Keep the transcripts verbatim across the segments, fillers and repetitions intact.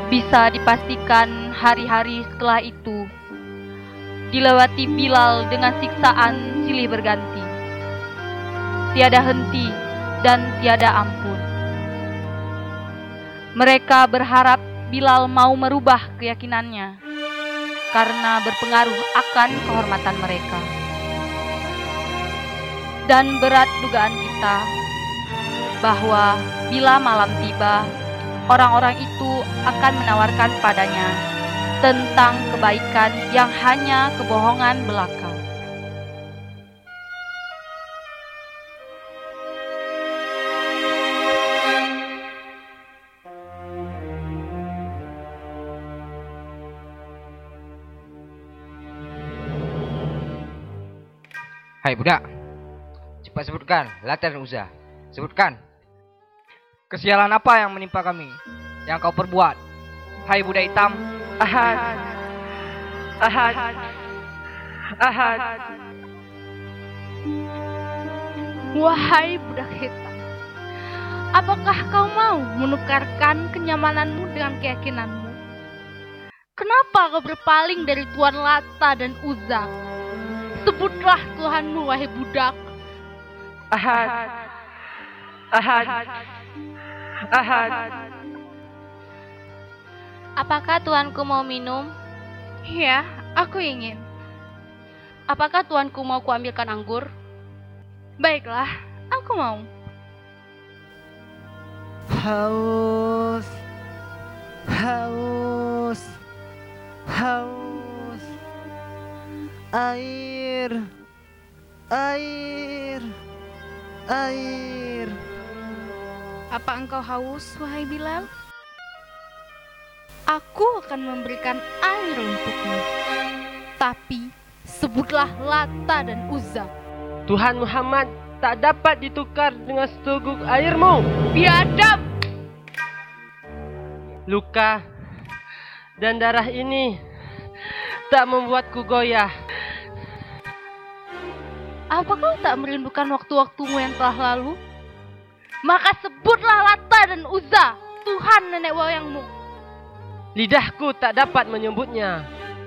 Bisa dipastikan hari-hari setelah itu dilewati Bilal dengan siksaan silih berganti, tiada henti dan tiada ampun. Mereka berharap Bilal mau merubah keyakinannya karena berpengaruh akan kehormatan mereka. Dan berat dugaan kita bahwa bila malam tiba, orang-orang itu akan menawarkan padanya tentang kebaikan yang hanya kebohongan belaka. Hai budak, cepat sebutkan Lat dan Uzza. Sebutkan. Kesialan apa yang menimpa kami, yang kau perbuat? Hai budak hitam. Ahad, Ahad, Ahad. Wahai budak hitam, apakah kau mau menukarkan kenyamananmu dengan keyakinanmu? Kenapa kau berpaling dari Tuan Lata dan Uzza? Sebutlah Tuhanmu, wahai budak. Ahad, Ahad, Ahad. Apakah tuanku mau minum? Ya, aku ingin. Apakah tuanku mau kuambilkan anggur? Baiklah, aku mau. Haus, haus, haus. Air, air, air. Apa engkau haus, wahai Bilal? Aku akan memberikan air untukmu. Tapi sebutlah Lata dan Uzza. Tuhan Muhammad tak dapat ditukar dengan seteguk airmu. Biadab! Luka dan darah ini tak membuatku goyah. Apa kau tak merindukan waktu-waktumu yang telah lalu? Maka sebutlah Lata dan Uzza, Tuhan nenek moyangmu. Lidahku tak dapat menyebutnya.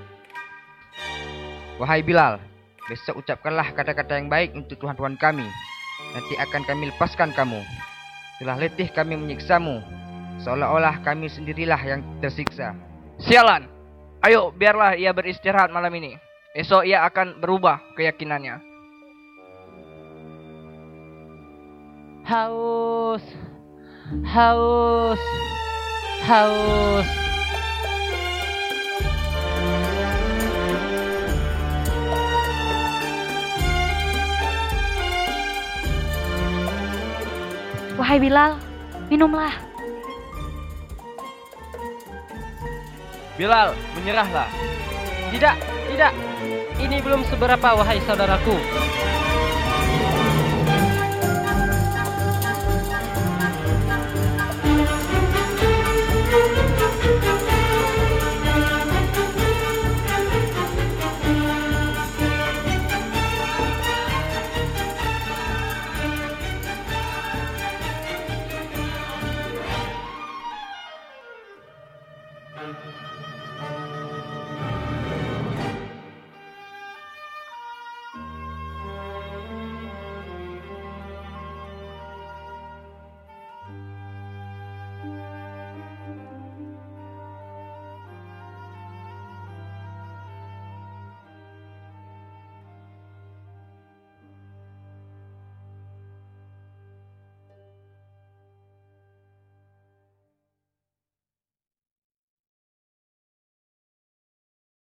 Wahai Bilal, besok ucapkanlah kata-kata yang baik untuk Tuhan-Tuhan kami. Nanti akan kami lepaskan kamu. Telah letih kami menyiksamu, seolah-olah kami sendirilah yang tersiksa. Sialan. Ayo, biarlah ia beristirahat malam ini. Esok ia akan berubah keyakinannya. Haus, haus, haus. Wahai Bilal, minumlah. Bilal, menyerahlah. Tidak, tidak. Ini belum seberapa, wahai saudaraku.